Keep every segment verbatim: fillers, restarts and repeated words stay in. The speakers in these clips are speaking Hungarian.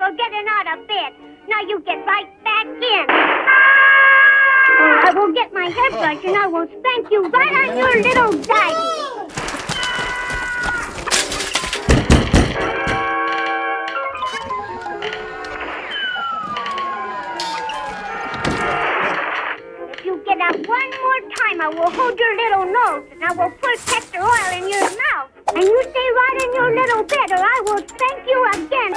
for getting out of bed. Now you get right back in. Or I will get my hairbrush and I will spank you right on your little daddy. Get up one more time, I will hold your little nose, and I will put castor oil in your mouth. And you stay right in your little bed, or I will spank you again.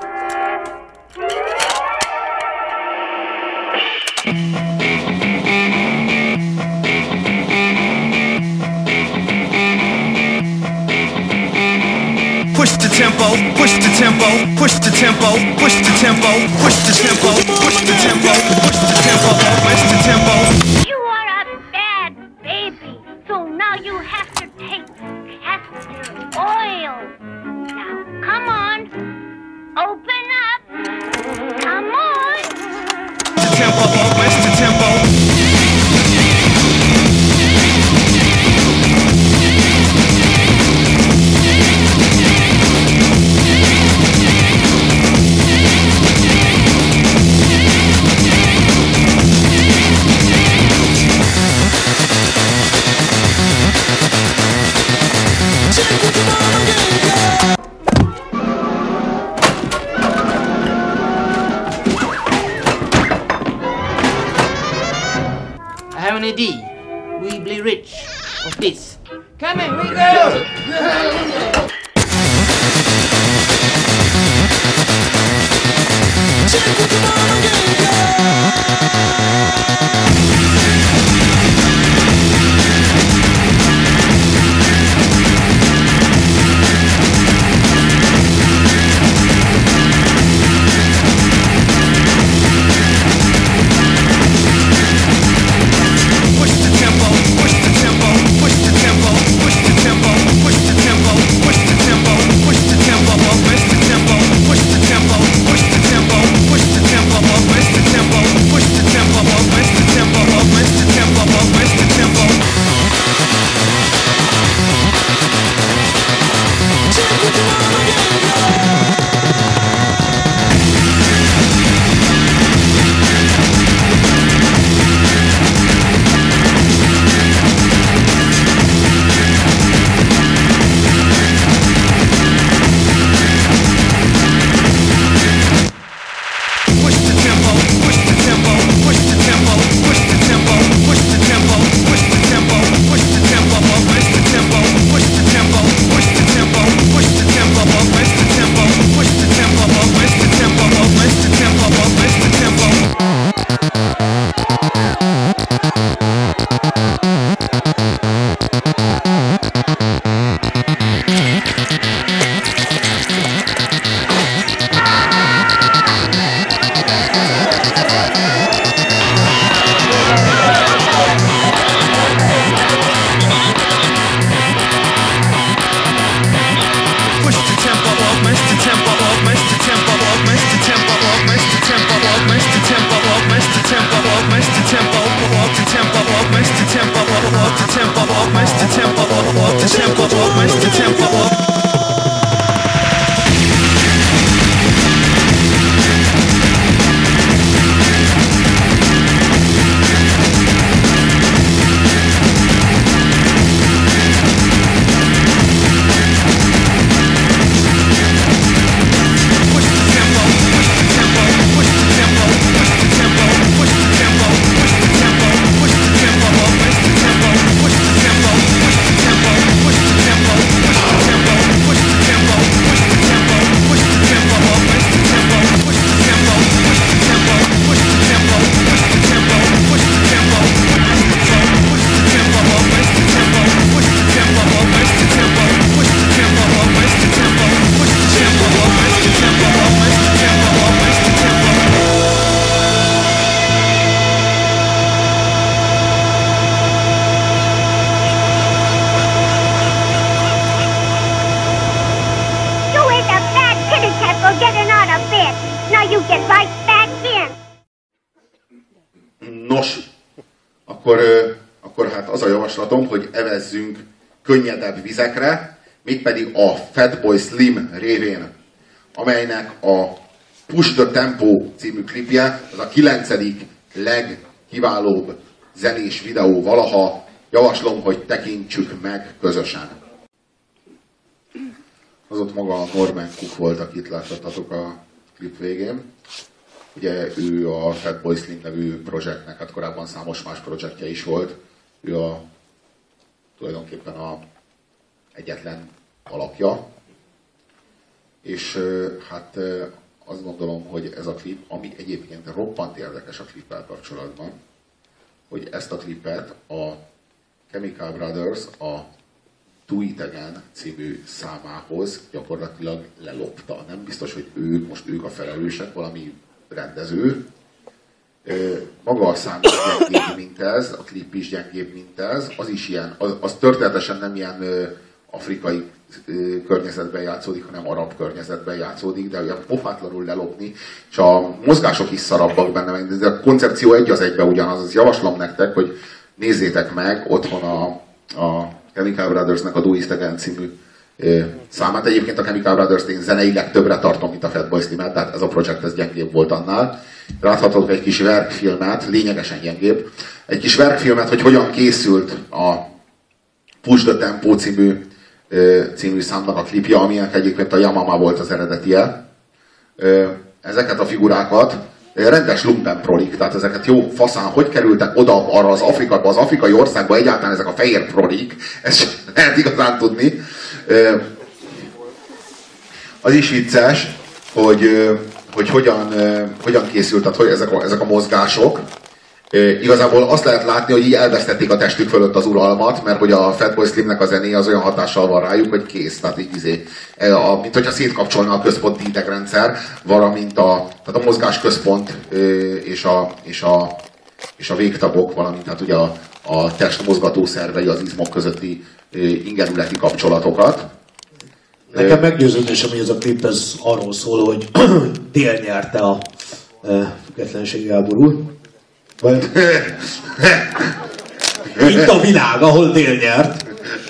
Push the tempo, push the tempo, push the tempo, push the tempo, push the tempo, push the tempo, push the tempo, push the tempo. You are a bad baby, so now you have to take castor oil. Now, come on, open up, come on. The tempo, push the tempo. I have an idea. We'll be rich of this. Come in, we go! Nos, akkor, akkor hát az a javaslatom, hogy evezzünk könnyedebb vizekre, mégpedig a Fatboy Slim révén, amelynek a Push the Tempo című klipje, az a kilencedik legkiválóbb zenés videó valaha. Javaslom, hogy tekintsük meg közösen. Az ott maga a Norman Cook volt, akit láttatok a klip végén. Ugye ő a Fatboy Slim nevű projektnek, hát korábban számos más projektje is volt. Ő a tulajdonképpen a egyetlen alapja. És hát azt gondolom, hogy ez a klip, ami egyébként roppant érdekes a klippel kapcsolatban, hogy ezt a klipet a Chemical Brothers a Do It Again című számához gyakorlatilag lelopta. Nem biztos, hogy ők, most ők a felelősek, valami rendező. Maga a szám is gyengébb, mint ez, a klip is gyengébb, mint ez. Az is ilyen, az, az történetesen nem ilyen afrikai környezetben játszódik, hanem arab környezetben játszódik, de olyan pofátlanul lelopni, és a mozgások is szarabbak benne, de a koncepció egy az egybe ugyanaz. Az javaslom nektek, hogy nézzétek meg otthon a, a Chemical Brothersnek a Do It Again című számát. Egyébként a Chemical Brothers-t én zeneileg többre tartom, mint a Fatboy Slim-et, tehát ez a projekt ez gyengébb volt annál. Láthatok egy kis verkfilmet, lényegesen gyengébb, egy kis verkfilmet, hogy hogyan készült a Push the Tempo című, című számnak a klipja, aminek egyébként a Yamama volt az eredetie. Ezeket a figurákat rendes lumpenprolik, tehát ezeket jó faszán, hogy kerültek oda arra az Afrikába, az afrikai országba egyáltalán ezek a fehér prolik, ezt lehet igazán tudni. Az is vicces, hogy, hogy hogyan, hogyan készültek hogy ezek, a, ezek a mozgások. Igazából azt lehet látni, hogy így elvesztették a testük fölött az uralmat, mert hogy a Fatboy Slimnek a zenéje az olyan hatással van rájuk, hogy kész. Tehát így izé, a, mint hogyha szétkapcsolna a központi idegrendszer, valamint a, tehát a mozgásközpont és a, és a, és a végtagok, valamint hát ugye a, a test mozgató szervei, az izmok közötti ingerületi kapcsolatokat. Nekem meggyőződésem, hogy ez a klip ez arról szól, hogy Dél nyerte a függetlenségi háborút. Vagy... Itt a világ, ahol Dél nyert.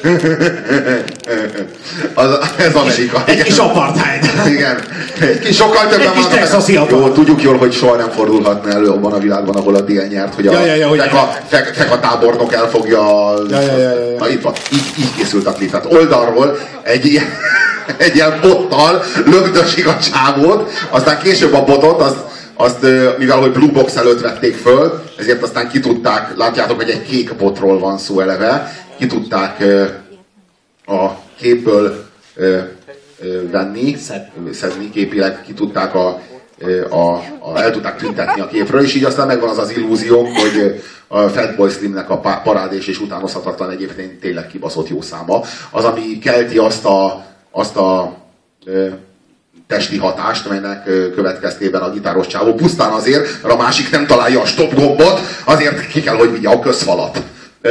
Az, ez Amerika. Egy kis apartheid. Igen. Egy kis sokkal többen van. Jó, tudjuk jól, hogy soha nem fordulhatna elő abban a világban, ahol a Dél nyert, hogy a ja, ja, ja, hogy feka, feka, feka tábornok elfogja. Ja, ja, ja, ja. Na itt van. Így, így készült a klip. Tehát oldalról egy ilyen, egy ilyen bottal lögdösik a csávót, aztán később a botot, azt Azt, mivel hogy Blue Box előtt vették föl, ezért aztán ki tudták, látjátok, hogy egy kék botról van szó eleve, ki tudták a képből venni, szedni képileg, ki tudták a, a, a, el tudták tüntetni a képről, és így aztán megvan az az illúzió, hogy a Fatboy Slimnek a parádés és utánozhatatlan egyébként tényleg kibaszott jó száma. Az, ami kelti azt a, azt a testi hatást, melynek következtében a gitáros csávó pusztán azért, mert a másik nem találja a stop gombot, azért ki kell, hogy vigye a közfalat.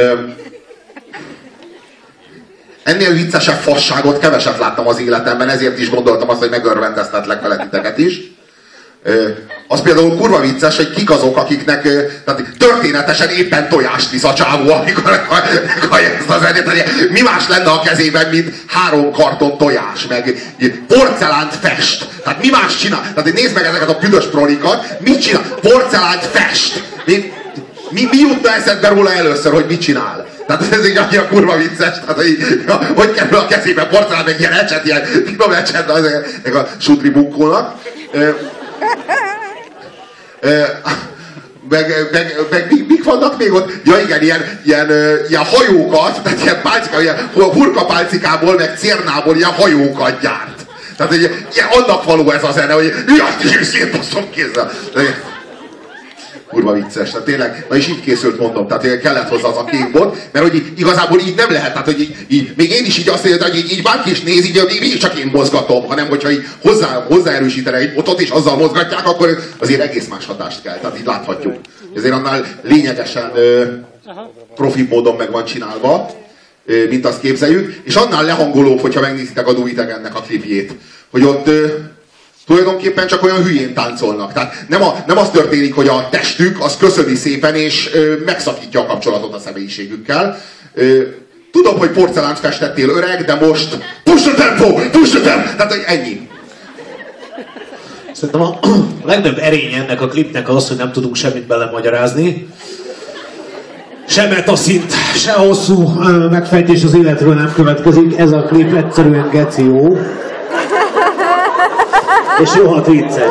Ennél viccesebb fasságot keveset láttam az életemben, ezért is gondoltam azt, hogy megörvendeztetlek vele titeket is. Az például kurva vicces, hogy kik azok, akiknek tehát történetesen éppen tojást visz a csávó, amikor ezt a zenét. Mi más lenne a kezében, mint három karton tojás, meg porcelánt fest. Tehát mi más csinál? Tehát nézd meg ezeket a büdös prolikat, mit csinál? Porcelánt fest. Mi, mi, mi jutna eszedbe róla először, hogy mit csinál? Tehát ez egy annyira kurva vicces, tehát hogy, hogy kerül a kezébe porcelán, meg ilyen ecset, ilyen finom ecset, ezek a sutri bunkónak. Meg, meg, meg mik vannak még ott? Ja igen, ilyen, ilyen, ilyen hajókat, tehát ilyen pálcika, ilyen hurkapálcikából, meg cérnából ilyen hajókat gyárt. Tehát egy, ilyen, annak való ez a zene, hogy jaj, szétbaszom kézzel. Kurva vicces, tehát tényleg, na és így készült, mondom, tehát kellett hozzá az a kék bot, mert hogy így, igazából így nem lehet, tehát hogy így, így még én is így azt mondja, hogy így, így bárki is néz, így még csak én mozgatom, hanem hogyha így hozzá, hozzáerősítene egy botot és azzal mozgatják, akkor azért egész más hatást kell, tehát így láthatjuk. Ezért annál lényegesen ö, profi módon meg van csinálva, ö, mint azt képzeljük, és annál lehangolóbb, hogyha megnézitek a Do It Again-nek a klipjét, hogy ott ö, tulajdonképpen csak olyan hülyén táncolnak. Tehát nem, a, nem az történik, hogy a testük az köszöni szépen, és ö, megszakítja a kapcsolatot a személyiségükkel. Ö, tudom, hogy porcelánt festettél öreg, de most push the tempo, push the tempo! Tehát ennyi. Szerintem a legnagyobb erény ennek a klipnek az, hogy nem tudunk semmit belemagyarázni. Se metaszint, se hosszú megfejtés az életről nem következik. Ez a klip egyszerűen geci jó. És rohadt vicces.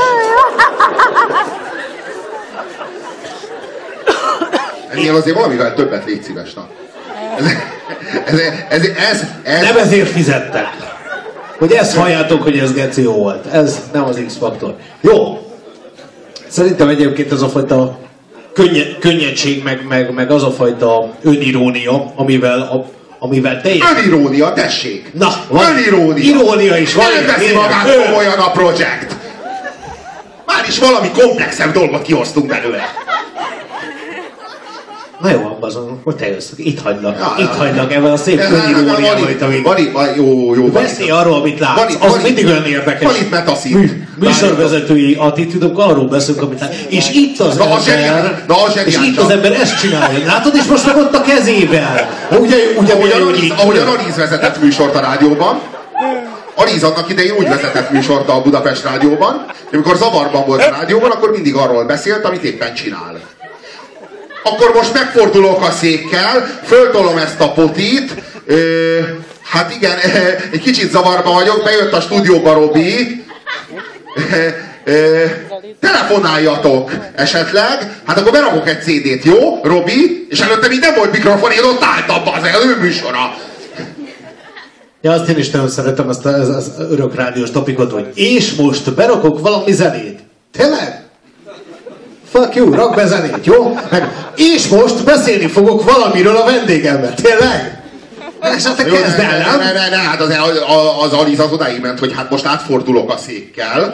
Ennél azért valamivel többet légy szíves, na. Ez, ez, ez, ez, ez... Nem ezért fizettek. Hogy ezt halljátok, hogy ez geci jó volt. Ez nem az X-faktor. Jó. Szerintem egyébként ez a fajta könnye, könnyedség, meg, meg, meg az a fajta önirónia, amivel, a, amivel teljesen... Önirónia, tessék! Na, van önirónia! Irónia is van. Nem veszi magát ő... komolyan a projekt! Már is valami komplexebb dolgot kihoztunk belőle. Na jó, abban, hogy te jössz, itt hagylak, Ja, itt ja. hagylak ebben a szép öniróniával, itt a Van jó, jó. beszélj arról, amit látsz, van itt, az van mindig itt, olyan érdekes. Van itt metaszint. Műsorvezetői attitűdök, arról beszélünk, amit látsz. És itt az Na, a ember, zseniál- na, a és zseniál itt csak. az ember ezt csinálja. Látod, és most meg ott a kezével. Ugye, ugye, Ahogy ugye, Aliz, ahogy Aliz vezetett műsort a rádióban, Aliz annak idején úgy vezetett műsort a Budapest rádióban, hogy amikor zavarban volt a rádióban, akkor mindig arról beszélt, amit éppen csinál. Akkor most megfordulok a székkel, föltolom ezt a potit, ö, hát igen, egy kicsit zavarba vagyok, bejött a stúdióba Robi, ö, ö, telefonáljatok esetleg, hát akkor berakok egy cé dét, jó, Robi? És előtte még nem volt mikrofon, én ott álltam, az az ő műsora. Ja, azt én is nagyon szeretem, ezt az, az örök rádiós topikot, hogy és most berakok valami zenét. Tényleg? Fuck you, rak be zenét, jó? Meg, és most beszélni fogok valamiről a vendégemmel. Tényleg? És hát te kezd el, nem? Ne, ne, ne, hát az, az Aliz az odáig ment, hogy hát most átfordulok a székkel.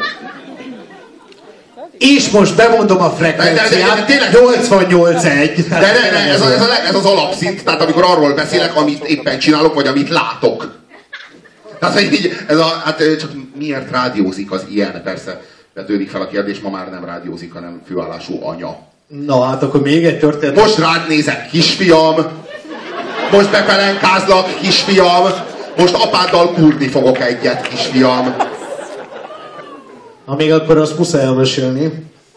És most bemondom a De- de- de- de frekvenciát, tényleg- nyolcvannyolc egy. De ne, ne, ez, a, ez, a, ez az alapszint, tehát amikor arról beszélek, amit éppen csinálok, vagy amit látok. Tehát, hogy így, ez a, hát csak miért rádiózik az ilyen, persze vetődik fel a kérdés, ma már nem rádiózik, hanem főállású anya. Na hát akkor még egy történet. Most rád nézek, kisfiam, most bepelenkázlak, kisfiam, most apáddal kurni fogok egyet, kisfiam. Ha még akkor azt muszáj elmesélni.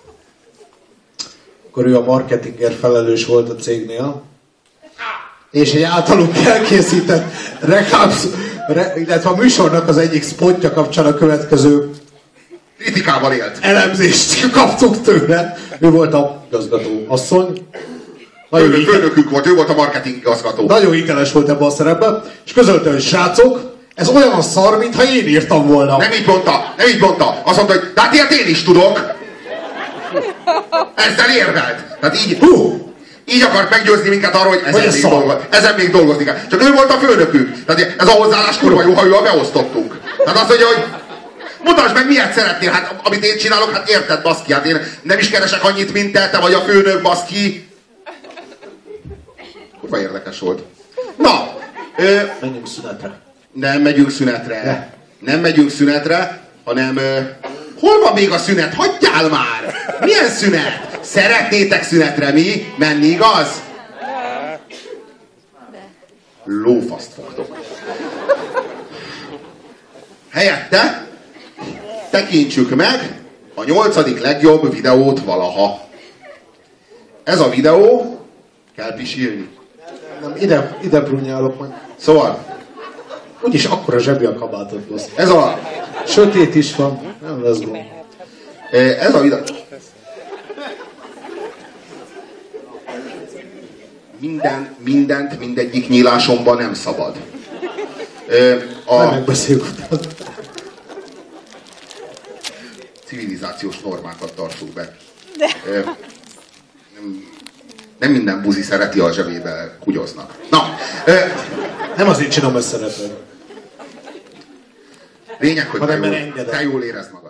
Akkor ő a marketinger felelős volt a cégnél. És egy általunk elkészített reklám, re, illetve a műsornak az egyik spotja kapcsán a következő Kritikával élt. elemzést kaptuk tőle. Ő volt a igazgató asszony. Nagyon, Főnök, hite, főnökünk volt, ő volt a marketing igazgató. nagyon hiteles volt ebben a szerepben, és közölte, hogy srácok, ez olyan a szar, mintha én írtam volna. Nem így mondta, nem így mondta. Azt mondta, hogy de hát ilyet én is tudok. Ezzel érvelt. Tehát így, Hú! így akart meggyőzni minket arról, hogy ezen, Hogy ez még, szar. dolgoz, ezen még dolgozni kell. Csak ő volt a főnökünk. Tehát ez a hozzáállás kurva jó, ha ő a beosztottunk. Tehát azt mondja, hogy mutasd meg, miért szeretnél. Hát amit én csinálok, hát érted, baszki. Hát én nem is keresek annyit, mint te, te vagy a főnök, baszki. Kurva érdekes volt. Na, ö, Menjünk szünetre. nem megyünk szünetre. Nem megyünk szünetre, hanem... Ö, hol van még a szünet? Hagyjál már! Milyen szünet? Szeretnétek szünetre mi? Menni, igaz? Lófaszt fogtok. Helyette tekintsük meg a nyolcadik legjobb videót valaha. Ez a videó... Kell pisilni. Nem, ide, ide brunyálok majd. Szóval, Úgyis akkora zsebi a kabátot lesz. ez a... Sötét is van, nem lesz gond. Ez a videó... Minden, mindent, mindegyik nyílásomban nem szabad. A Majd megbeszéljük utána. civilizációs normákat tartsuk be. Nem, nem minden buzi szereti a zsebébe kugyoznak. Na, Nem azért csinálom, mert szeretem. lényeg, hogy te Hanem mert jól, engedem. te jól érezd magad.